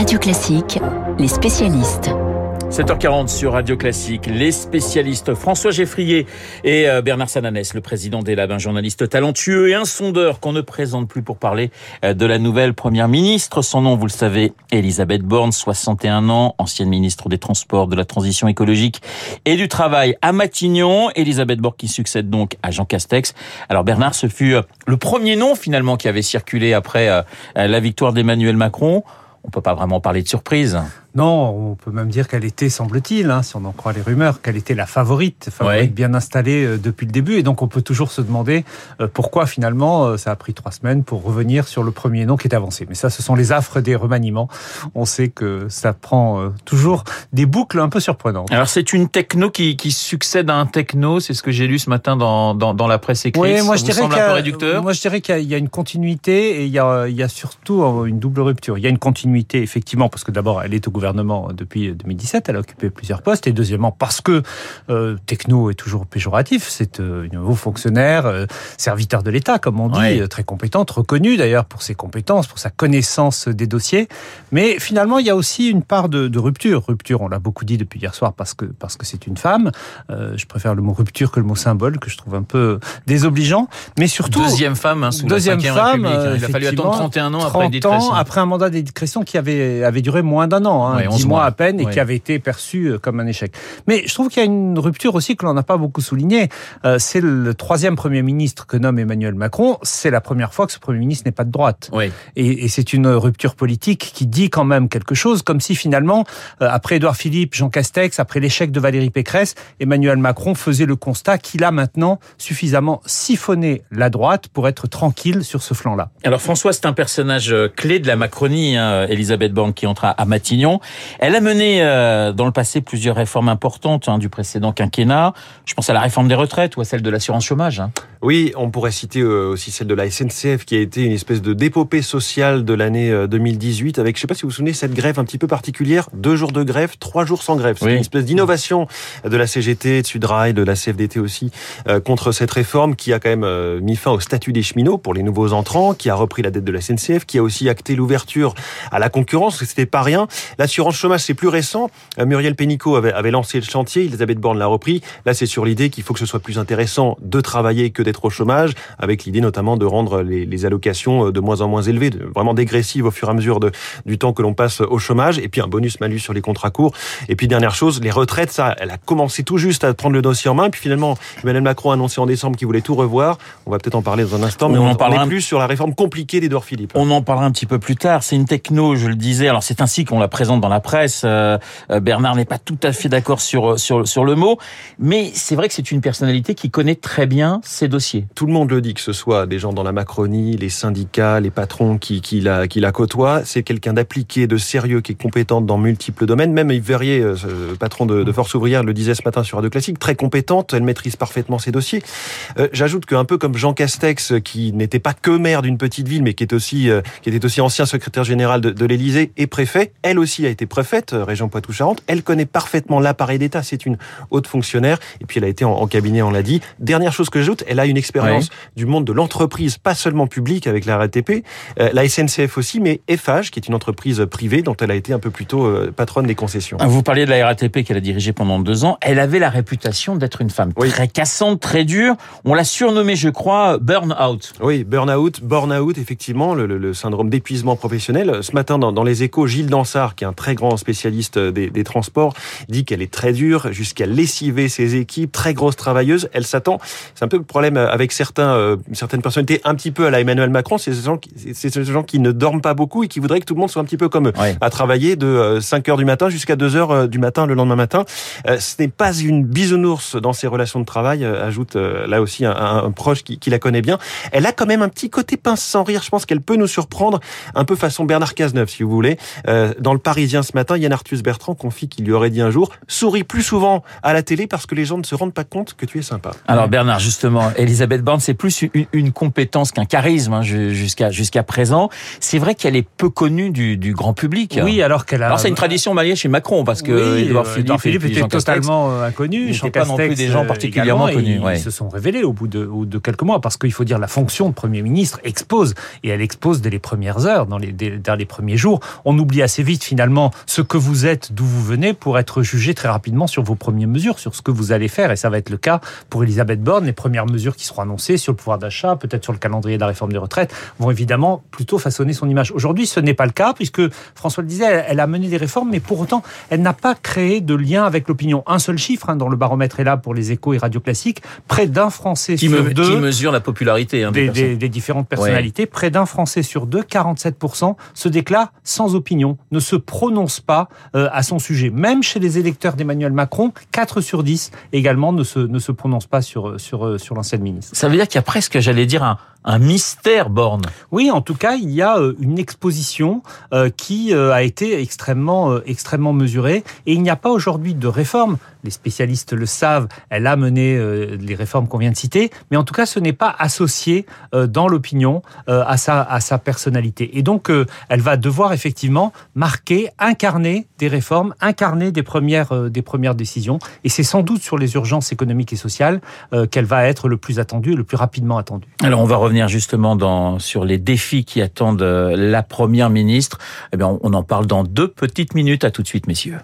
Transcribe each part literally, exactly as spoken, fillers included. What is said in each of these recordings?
Radio Classique, les spécialistes. sept heures quarante sur Radio Classique, les spécialistes François Geffrier et Bernard Sananès, le président des Labs, un journaliste talentueux et un sondeur qu'on ne présente plus pour parler de la nouvelle première ministre. Son nom, vous le savez, Elisabeth Borne, soixante et un ans, ancienne ministre des Transports, de la Transition écologique et du Travail à Matignon. Elisabeth Borne qui succède donc à Jean Castex. Alors Bernard, ce fut le premier nom finalement qui avait circulé après la victoire d'Emmanuel Macron. On peut pas vraiment parler de surprise. Non, on peut même dire qu'elle était, semble-t-il, hein, si on en croit les rumeurs, qu'elle était la favorite, favorite ouais. bien installée euh, depuis le début. Et donc, on peut toujours se demander euh, pourquoi, finalement, euh, ça a pris trois semaines pour revenir sur le premier nom qui est avancé. Mais ça, ce sont les affres des remaniements. On sait que ça prend euh, toujours des boucles un peu surprenantes. Alors, c'est une techno qui, qui succède à un techno. C'est ce que j'ai lu ce matin dans, dans, dans la presse écrite. Oui, moi, ça je vous dirais semble un peu réducteur ? Moi, je dirais qu'il y a, il y a une continuité et il y a, il y a surtout une double rupture. Il y a une continuité, effectivement, parce que d'abord, elle est au gouvernement depuis deux mille dix-sept, elle a occupé plusieurs postes, et deuxièmement parce que euh, techno est toujours péjoratif, c'est euh, une haut fonctionnaire, euh, serviteur de l'État, comme on dit, ouais. euh, très compétente, reconnue d'ailleurs pour ses compétences, pour sa connaissance des dossiers, mais finalement il y a aussi une part de, de rupture. Rupture, on l'a beaucoup dit depuis hier soir parce que parce que c'est une femme. Euh, je préfère le mot rupture que le mot symbole, que je trouve un peu désobligeant, mais surtout deuxième femme hein, sous deuxième la femme, République. Il a fallu attendre trente et un ans après une ans après un mandat d'éducation qui avait avait duré moins d'un an. Hein. Ouais, dix mois à peine et ouais. qui avait été perçu comme un échec. Mais je trouve qu'il y a une rupture aussi que l'on n'a pas beaucoup soulignée. Euh, c'est le troisième Premier ministre que nomme Emmanuel Macron. C'est la première fois que ce Premier ministre n'est pas de droite. Oui. Et, et c'est une rupture politique qui dit quand même quelque chose, comme si finalement, euh, après Édouard Philippe, Jean Castex, après l'échec de Valérie Pécresse, Emmanuel Macron faisait le constat qu'il a maintenant suffisamment siphonné la droite pour être tranquille sur ce flanc-là. Alors François, c'est un personnage clé de la Macronie, hein, Elisabeth Borne, qui entre à Matignon. Elle a mené euh, dans le passé plusieurs réformes importantes hein, du précédent quinquennat. Je pense à la réforme des retraites ou à celle de l'assurance chômage. Hein. Oui, on pourrait citer euh, aussi celle de la S N C F qui a été une espèce de d'épopée sociale de l'année euh, deux mille dix-huit avec, je ne sais pas si vous vous souvenez, cette grève un petit peu particulière, deux jours de grève, trois jours sans grève. C'est oui. une espèce d'innovation de la C G T, de Sudrail, de la C F D T aussi, euh, contre cette réforme qui a quand même euh, mis fin au statut des cheminots pour les nouveaux entrants, qui a repris la dette de la S N C F, qui a aussi acté l'ouverture à la concurrence, c'était pas rien. L'assurance chômage, c'est plus récent. Euh, Muriel Pénicaud avait, avait lancé le chantier, Elisabeth Borne l'a repris. Là, c'est sur l'idée qu'il faut que ce soit plus intéressant de travailler que d'être au chômage, avec l'idée notamment de rendre les, les allocations de moins en moins élevées, de, vraiment dégressives au fur et à mesure de, du temps que l'on passe au chômage, et puis un bonus-malus sur les contrats courts. Et puis dernière chose, les retraites, ça, elle a commencé tout juste à prendre le dossier en main, et puis finalement, Emmanuel Macron a annoncé en décembre qu'il voulait tout revoir. On va peut-être en parler dans un instant, mais on, on en est plus sur la réforme compliquée d'Édouard Philippe. On en parlera un petit peu plus tard. C'est une techno, je le disais. Alors c'est ainsi qu'on la présente dans la presse. Euh, Bernard n'est pas tout à fait d'accord sur sur sur le mot, mais c'est vrai que c'est une personnalité qui connaît très bien ses dossiers. Tout le monde le dit, que ce soit des gens dans la Macronie, les syndicats, les patrons qui qui la qui la côtoient. C'est quelqu'un d'appliqué, de sérieux, qui est compétente dans multiples domaines. Même Yves Verrier, le patron de, de Force Ouvrière, le disait ce matin sur Radio Classique, très compétente. Elle maîtrise parfaitement ses dossiers. Euh, j'ajoute qu'un peu comme Jean Castex, qui n'était pas que maire d'une petite ville, mais qui est aussi euh, qui était aussi ancien secrétaire général de, de l'Élysée et préfet, elle aussi a été préfète, euh, région Poitou-Charentes. Elle connaît parfaitement l'appareil d'État. C'est une haute fonctionnaire. Et puis elle a été en, en cabinet, on l'a dit. Dernière chose que j'ajoute, elle a une expérience ouais. du monde de l'entreprise, pas seulement publique avec la R A T P, euh, la S N C F aussi, mais Eiffage, qui est une entreprise privée dont elle a été un peu plus tôt euh, patronne des concessions. Vous parliez de la R A T P qu'elle a dirigée pendant deux ans. Elle avait la réputation d'être une femme oui. très cassante, très dure. On l'a surnommée, je crois, burn-out. Oui, burn-out, burn-out, effectivement, le, le, le syndrome d'épuisement professionnel. Ce matin, dans, dans les Échos, Gilles Dansard, qui est un très grand spécialiste des, des transports, dit qu'elle est très dure, jusqu'à lessiver ses équipes, très grosse travailleuse. Elle s'attend. C'est un peu le problème avec certains, euh, certaines personnalités un petit peu à la Emmanuel Macron, c'est ces gens qui, c'est ces gens qui ne dorment pas beaucoup et qui voudraient que tout le monde soit un petit peu comme eux, ouais. à travailler de euh, cinq heures du matin jusqu'à deux heures du matin le lendemain matin. Euh, ce n'est pas une bisounours dans ses relations de travail, euh, ajoute euh, là aussi un, un, un proche qui, qui la connaît bien. Elle a quand même un petit côté pince sans rire. Je pense qu'elle peut nous surprendre un peu façon Bernard Cazeneuve, si vous voulez. Euh, dans le Parisien, Parisien ce matin, Yann Arthus-Bertrand confie qu'il lui aurait dit un jour « Souris plus souvent à la télé parce que les gens ne se rendent pas compte que tu es sympa ». Alors Bernard, justement, Elisabeth Borne, c'est plus une, une compétence qu'un charisme hein, jusqu'à jusqu'à présent. C'est vrai qu'elle est peu connue du, du grand public. Oui, alors qu'elle a... Alors c'est une tradition mariée chez Macron, parce que oui, Édouard Philippe, Édouard Philippe était Jean totalement Castex, inconnu. Ils n'étaient pas non plus des gens particulièrement connus. Ils ouais. se sont révélés au bout de, au, de quelques mois, parce qu'il faut dire la fonction de Premier ministre expose, et elle expose dès les premières heures, dans les, dès, dans les premiers jours. On oublie assez vite finalement ce que vous êtes, d'où vous venez, pour être jugé très rapidement sur vos premières mesures, sur ce que vous allez faire, et ça va être le cas pour Elisabeth Borne. Les premières mesures qui seront annoncées sur le pouvoir d'achat, peut-être sur le calendrier de la réforme des retraites, vont évidemment plutôt façonner son image. Aujourd'hui, ce n'est pas le cas, puisque François le disait, elle, elle a mené des réformes, mais pour autant, elle n'a pas créé de lien avec l'opinion. Un seul chiffre, hein, dont le baromètre est là pour les Échos et Radio Classique, près d'un Français qui sur me, deux... Qui mesure la popularité hein, des, des, des, des différentes personnalités, ouais. Près d'un Français sur deux, quarante-sept pour cent, se déclare sans opinion, ne se prononce pas euh, à son sujet. Même chez les électeurs d'Emmanuel Macron, quatre sur dix également ne se, ne se prononcent pas sur, sur, sur l'ancienne ministre. Ça veut dire qu'il y a presque, j'allais dire, un, un mystère Borne. Oui, en tout cas, il y a une exposition euh, qui euh, a été extrêmement, euh, extrêmement mesurée, et il n'y a pas aujourd'hui de réforme. Les spécialistes le savent, elle a mené euh, les réformes qu'on vient de citer, mais en tout cas, ce n'est pas associé euh, dans l'opinion euh, à sa, à sa personnalité. Et donc, euh, elle va devoir effectivement marquer, incarner des réformes, incarner des premières, euh, des premières décisions. Et c'est sans doute sur les urgences économiques et sociales euh, qu'elle va être le plus attendue et le plus rapidement attendue. Alors, on va revenir justement dans, sur les défis qui attendent la première ministre. Eh bien, on en parle dans deux petites minutes. À tout de suite, messieurs.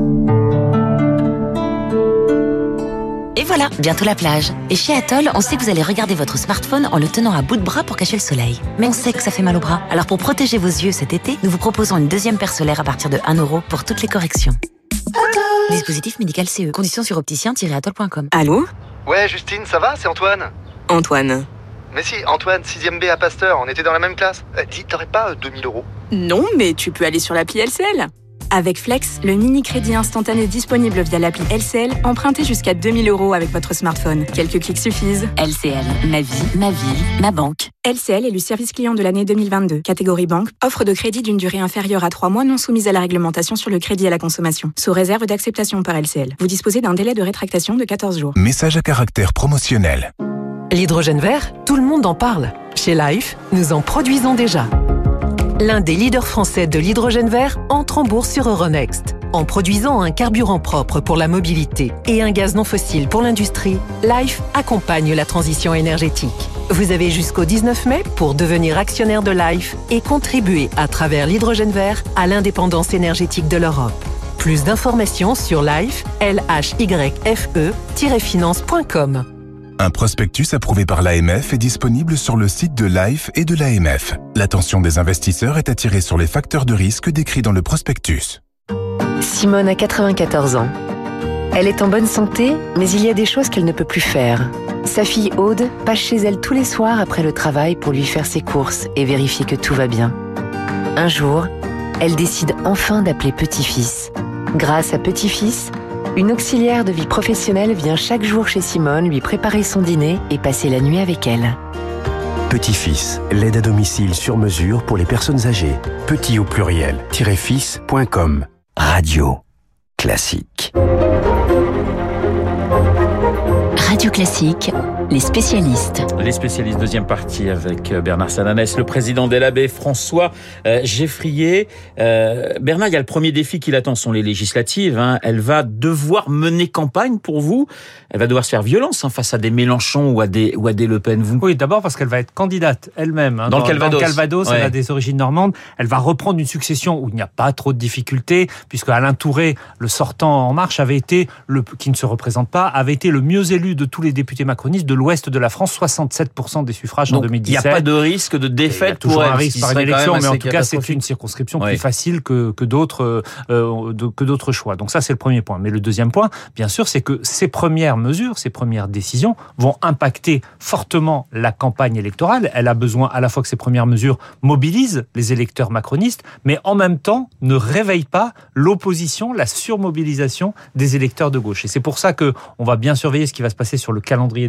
Et voilà, bientôt la plage. Et chez Atoll, on sait que vous allez regarder votre smartphone en le tenant à bout de bras pour cacher le soleil. Mais on sait que ça fait mal aux bras. Alors pour protéger vos yeux cet été, nous vous proposons une deuxième paire solaire à partir de un euro pour toutes les corrections. Atoll. Dispositif médical C E. Conditions sur opticien tiret atoll point com. Allô ? Ouais, Justine, ça va ? C'est Antoine. Antoine. Mais si, Antoine, sixième B à Pasteur, on était dans la même classe. Euh, dis, t'aurais pas deux mille euros ? Non, mais tu peux aller sur l'appli L C L. Avec Flex, le mini-crédit instantané disponible via l'appli L C L, empruntez jusqu'à deux mille euros avec votre smartphone. Quelques clics suffisent. L C L, ma vie, ma ville, ma banque. L C L est le service client de l'année deux mille vingt-deux. Catégorie banque, offre de crédit d'une durée inférieure à trois mois non soumise à la réglementation sur le crédit à la consommation. Sous réserve d'acceptation par L C L. Vous disposez d'un délai de rétractation de quatorze jours. Message à caractère promotionnel. L'hydrogène vert, tout le monde en parle. Chez Life, nous en produisons déjà. L'un des leaders français de l'hydrogène vert entre en bourse sur Euronext. En produisant un carburant propre pour la mobilité et un gaz non fossile pour l'industrie, Life accompagne la transition énergétique. Vous avez jusqu'au dix-neuf mai pour devenir actionnaire de Life et contribuer à travers l'hydrogène vert à l'indépendance énergétique de l'Europe. Plus d'informations sur life, L H Y F E tiret finance point com. Un prospectus approuvé par l'A M F est disponible sur le site de Life et de l'A M F. L'attention des investisseurs est attirée sur les facteurs de risque décrits dans le prospectus. Simone a quatre-vingt-quatorze ans. Elle est en bonne santé, mais il y a des choses qu'elle ne peut plus faire. Sa fille Aude passe chez elle tous les soirs après le travail pour lui faire ses courses et vérifier que tout va bien. Un jour, elle décide enfin d'appeler Petit-Fils. Grâce à Petit-Fils, une auxiliaire de vie professionnelle vient chaque jour chez Simone lui préparer son dîner et passer la nuit avec elle. Petit-Fils, l'aide à domicile sur mesure pour les personnes âgées. Petit au pluriel, fils point com. Radio Classique. Radio Classique, les spécialistes. Les spécialistes, deuxième partie avec Bernard Sananès, le président d'L A B, François euh, Geffrier. Euh, Bernard, il y a le premier défi qui l'attend, sont les législatives. Hein. Elle va devoir mener campagne pour vous. Elle va devoir se faire violence hein, face à des Mélenchon ou à des, ou à des Le Pen. Vous... Oui, d'abord parce qu'elle va être candidate elle-même. Hein, dans, dans le Calvados. Dans le Calvados, ouais. Elle a des origines normandes. Elle va reprendre une succession où il n'y a pas trop de difficultés, puisque Alain Touré, le sortant En Marche, avait été, le, qui ne se représente pas, avait été le mieux élu de tous les députés macronistes de l'ouest de la France, soixante-sept pour cent des suffrages. Donc, en deux mille dix-sept. Il n'y a pas de risque de défaite pour elle. Il y a toujours un risque par une élection, mais en tout cas, c'est une circonscription oui. plus facile que, que, d'autres, euh, de, que d'autres choix. Donc ça, c'est le premier point. Mais le deuxième point, bien sûr, c'est que ces premières mesures, ces premières décisions vont impacter fortement la campagne électorale. Elle a besoin à la fois que ces premières mesures mobilisent les électeurs macronistes, mais en même temps ne réveillent pas l'opposition, la surmobilisation des électeurs de gauche. Et c'est pour ça que on va bien surveiller ce qui va se passer sur le calendrier des retraites.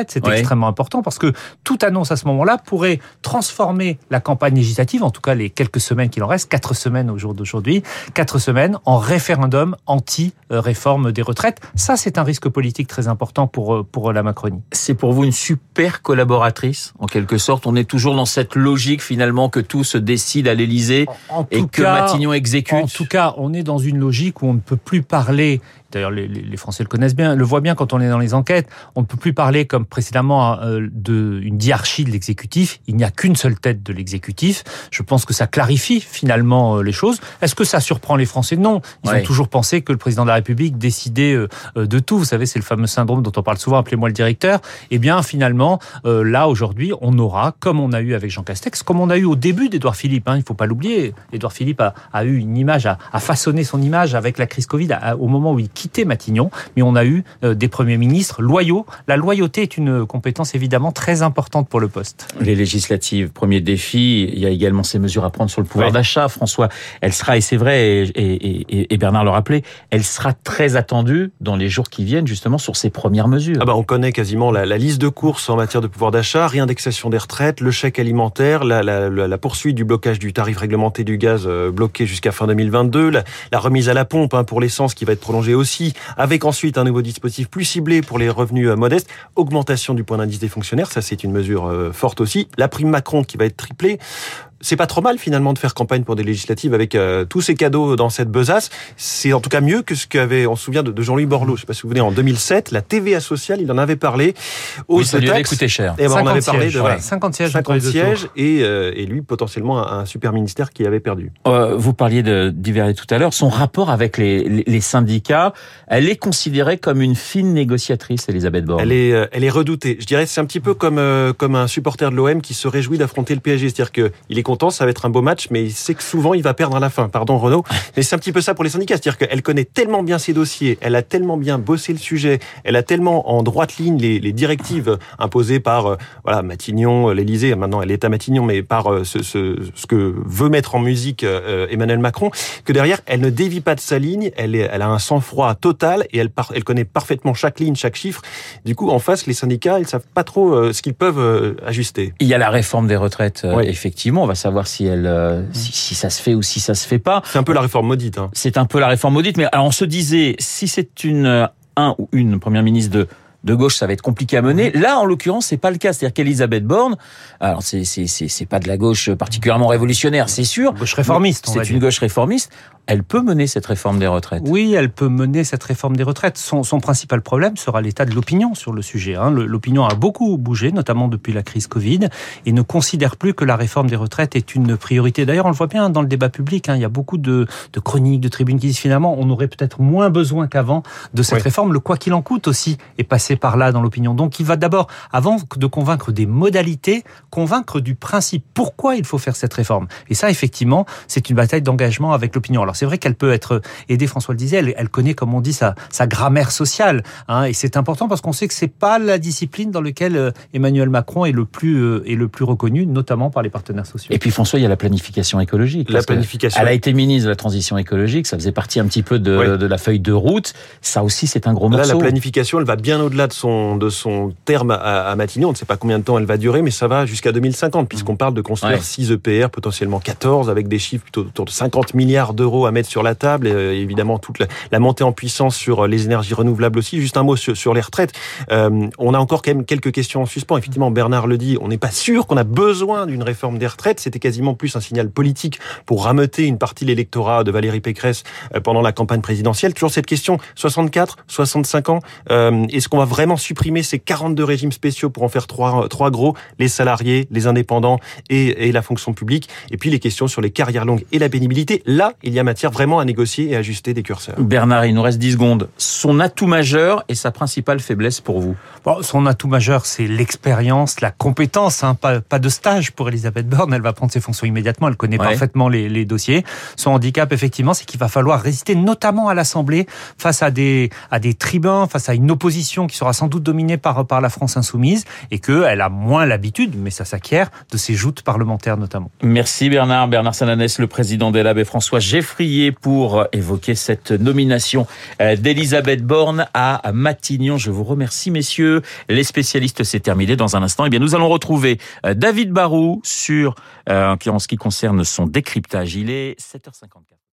retraites. C'est ouais. extrêmement important parce que toute annonce à ce moment-là pourrait transformer la campagne législative, en tout cas les quelques semaines qu'il en reste, quatre semaines au jour d'aujourd'hui, quatre semaines en référendum anti-réforme des retraites. Ça, c'est un risque politique très important pour, pour la Macronie. C'est pour vous une super collaboratrice, en quelque sorte. On est toujours dans cette logique, finalement, que tout se décide à l'Élysée et que cas, Matignon exécute. En tout cas, on est dans une logique où on ne peut plus parler. D'ailleurs, les, les Français le connaissent bien, le voient bien quand on est dans les enquêtes. On ne peut plus parler comme précédemment euh, d'une diarchie de l'exécutif. Il n'y a qu'une seule tête de l'exécutif. Je pense que ça clarifie finalement euh, les choses. Est-ce que ça surprend les Français ? Non. Ils ouais. ont toujours pensé que le président de la République décidait euh, de tout. Vous savez, c'est le fameux syndrome dont on parle souvent. Appelez-moi le directeur. Eh bien, finalement, euh, là aujourd'hui, on aura, comme on a eu avec Jean Castex, comme on a eu au début d'Édouard Philippe. Hein, il ne faut pas l'oublier. Édouard Philippe a, a eu une image, a, a façonné son image avec la crise Covid à, au moment où il quitté Matignon, mais on a eu euh, des premiers ministres loyaux. La loyauté est une compétence évidemment très importante pour le poste. Les législatives, premier défi, il y a également ces mesures à prendre sur le pouvoir ouais. d'achat. François, elle sera, et c'est vrai, et, et, et Bernard le rappelait, elle sera très attendue dans les jours qui viennent justement sur ces premières mesures. Ah bah on connaît quasiment la, la liste de courses en matière de pouvoir d'achat, réindexation des retraites, le chèque alimentaire, la, la, la, la poursuite du blocage du tarif réglementé du gaz euh, bloqué jusqu'à fin deux mille vingt-deux, la, la remise à la pompe hein, pour l'essence qui va être prolongée aussi, avec ensuite un nouveau dispositif plus ciblé pour les revenus modestes, augmentation du point d'indice des fonctionnaires, ça c'est une mesure euh, forte aussi, la prime Macron qui va être triplée. C'est pas trop mal finalement de faire campagne pour des législatives avec euh, tous ces cadeaux dans cette besace. C'est en tout cas mieux que ce qu'avait, on se souvient de, de Jean-Louis Borloo. Je sais pas si vous vous souvenez, en deux mille sept, la T V A sociale, il en avait parlé. Oui, ça lui avait coûté cher. Et ben, on avait parlé sièges, de ouais. voilà, cinquante sièges, cinquante sièges et, euh, et lui potentiellement un, un super ministère qu'il avait perdu. Euh, vous parliez de d'Hiver tout à l'heure. Son rapport avec les, les, les syndicats, elle est considérée comme une fine négociatrice, Elisabeth Borne. Elle est, euh, elle est redoutée. Je dirais, c'est un petit peu comme euh, comme un supporter de l'O M qui se réjouit d'affronter le P S G. C'est-à-dire que il est content, ça va être un beau match. Mais il sait que souvent il va perdre à la fin. Pardon Renaud, mais c'est un petit peu ça pour les syndicats. C'est-à-dire qu'elle connaît tellement bien ses dossiers, elle a tellement bien bossé le sujet, elle a tellement en droite ligne les, les directives imposées par euh, voilà Matignon, l'Élysée. Maintenant elle est à Matignon, mais par euh, ce, ce, ce que veut mettre en musique euh, Emmanuel Macron, que derrière elle ne dévie pas de sa ligne. Elle, est, elle a un sang-froid total et elle, par, elle connaît parfaitement chaque ligne, chaque chiffre. Du coup, en face, les syndicats, ils savent pas trop euh, ce qu'ils peuvent euh, ajuster. Il y a la réforme des retraites. Euh, oui. Effectivement, on va savoir si elle euh, Si, si ça se fait ou si ça se fait pas. C'est un peu la réforme maudite. Hein. C'est un peu la réforme maudite, mais alors on se disait, si c'est une un ou une première ministre de de gauche, ça va être compliqué à mener. Là, en l'occurrence, c'est pas le cas. C'est-à-dire qu'Elisabeth Borne, alors c'est c'est c'est c'est pas de la gauche particulièrement révolutionnaire, c'est sûr. Gauche réformiste. On c'est va une dire. gauche réformiste. Elle peut mener cette réforme des retraites. Oui, elle peut mener cette réforme des retraites. Son, son principal problème sera l'état de l'opinion sur le sujet. Hein. L'opinion a beaucoup bougé, notamment depuis la crise Covid, et ne considère plus que la réforme des retraites est une priorité. D'ailleurs, on le voit bien dans le débat public. Hein. Il y a beaucoup de, de chroniques, de tribunes qui disent finalement on aurait peut-être moins besoin qu'avant de cette oui. réforme. Le quoi qu'il en coûte aussi est passé par là dans l'opinion. Donc il va d'abord, avant de convaincre des modalités, convaincre du principe. Pourquoi il faut faire cette réforme ? Et ça, effectivement, c'est une bataille d'engagement avec l'opinion. Alors c'est vrai qu'elle peut être aidée, François le disait, elle, elle connaît, comme on dit, sa, sa grammaire sociale. Hein, et c'est important parce qu'on sait que c'est pas la discipline dans laquelle Emmanuel Macron est le plus, euh, est le plus reconnu, notamment par les partenaires sociaux. Et puis François, il y a la planification écologique. La planification. Elle a été ministre de la transition écologique, ça faisait partie un petit peu de, oui. de la feuille de route. Ça aussi, c'est un gros morceau. Là, la planification, elle va bien au-delà de son, de son terme à, à Matignon. On ne sait pas combien de temps elle va durer, mais ça va jusqu'à deux mille cinquante, puisqu'on parle de construire ouais. six E P R, potentiellement quatorze, avec des chiffres plutôt autour de cinquante milliards d'euros à mettre sur la table, et euh, évidemment toute la, la montée en puissance sur les énergies renouvelables aussi. Juste un mot sur, sur les retraites. Euh, on a encore quand même quelques questions en suspens. Effectivement, Bernard le dit, on n'est pas sûr qu'on a besoin d'une réforme des retraites. C'était quasiment plus un signal politique pour rameuter une partie de l'électorat de Valérie Pécresse euh, pendant la campagne présidentielle. Toujours cette question, soixante-quatre, soixante-cinq ans, euh, est-ce qu'on va vraiment supprimer ces quarante-deux régimes spéciaux pour en faire trois, trois gros, les salariés, les indépendants et, et la fonction publique? Et puis les questions sur les carrières longues et la pénibilité. Là, il y a matière vraiment à négocier et à ajuster des curseurs. Bernard, il nous reste dix secondes. Son atout majeur et sa principale faiblesse pour vous? Bon, son atout majeur, c'est l'expérience, la compétence. Hein, pas, pas de stage pour Elisabeth Borne. Elle va prendre ses fonctions immédiatement. Elle connaît ouais. parfaitement les, les dossiers. Son handicap, effectivement, c'est qu'il va falloir résister, notamment à l'Assemblée, face à des, à des tribuns, face à une opposition qui sera sans doute dominée par, par la France insoumise, et qu'elle a moins l'habitude, mais ça s'acquiert, de ses joutes parlementaires notamment. Merci Bernard. Bernard Sananès, le président d'Elab, et François Geffrier. Geffrier pour évoquer cette nomination d'Elisabeth Borne à Matignon. Je vous remercie, messieurs. Les spécialistes, c'est terminé. Dans un instant, eh bien, nous allons retrouver David Barou sur, euh, en ce qui concerne son décryptage. Il est sept heures cinquante-quatre.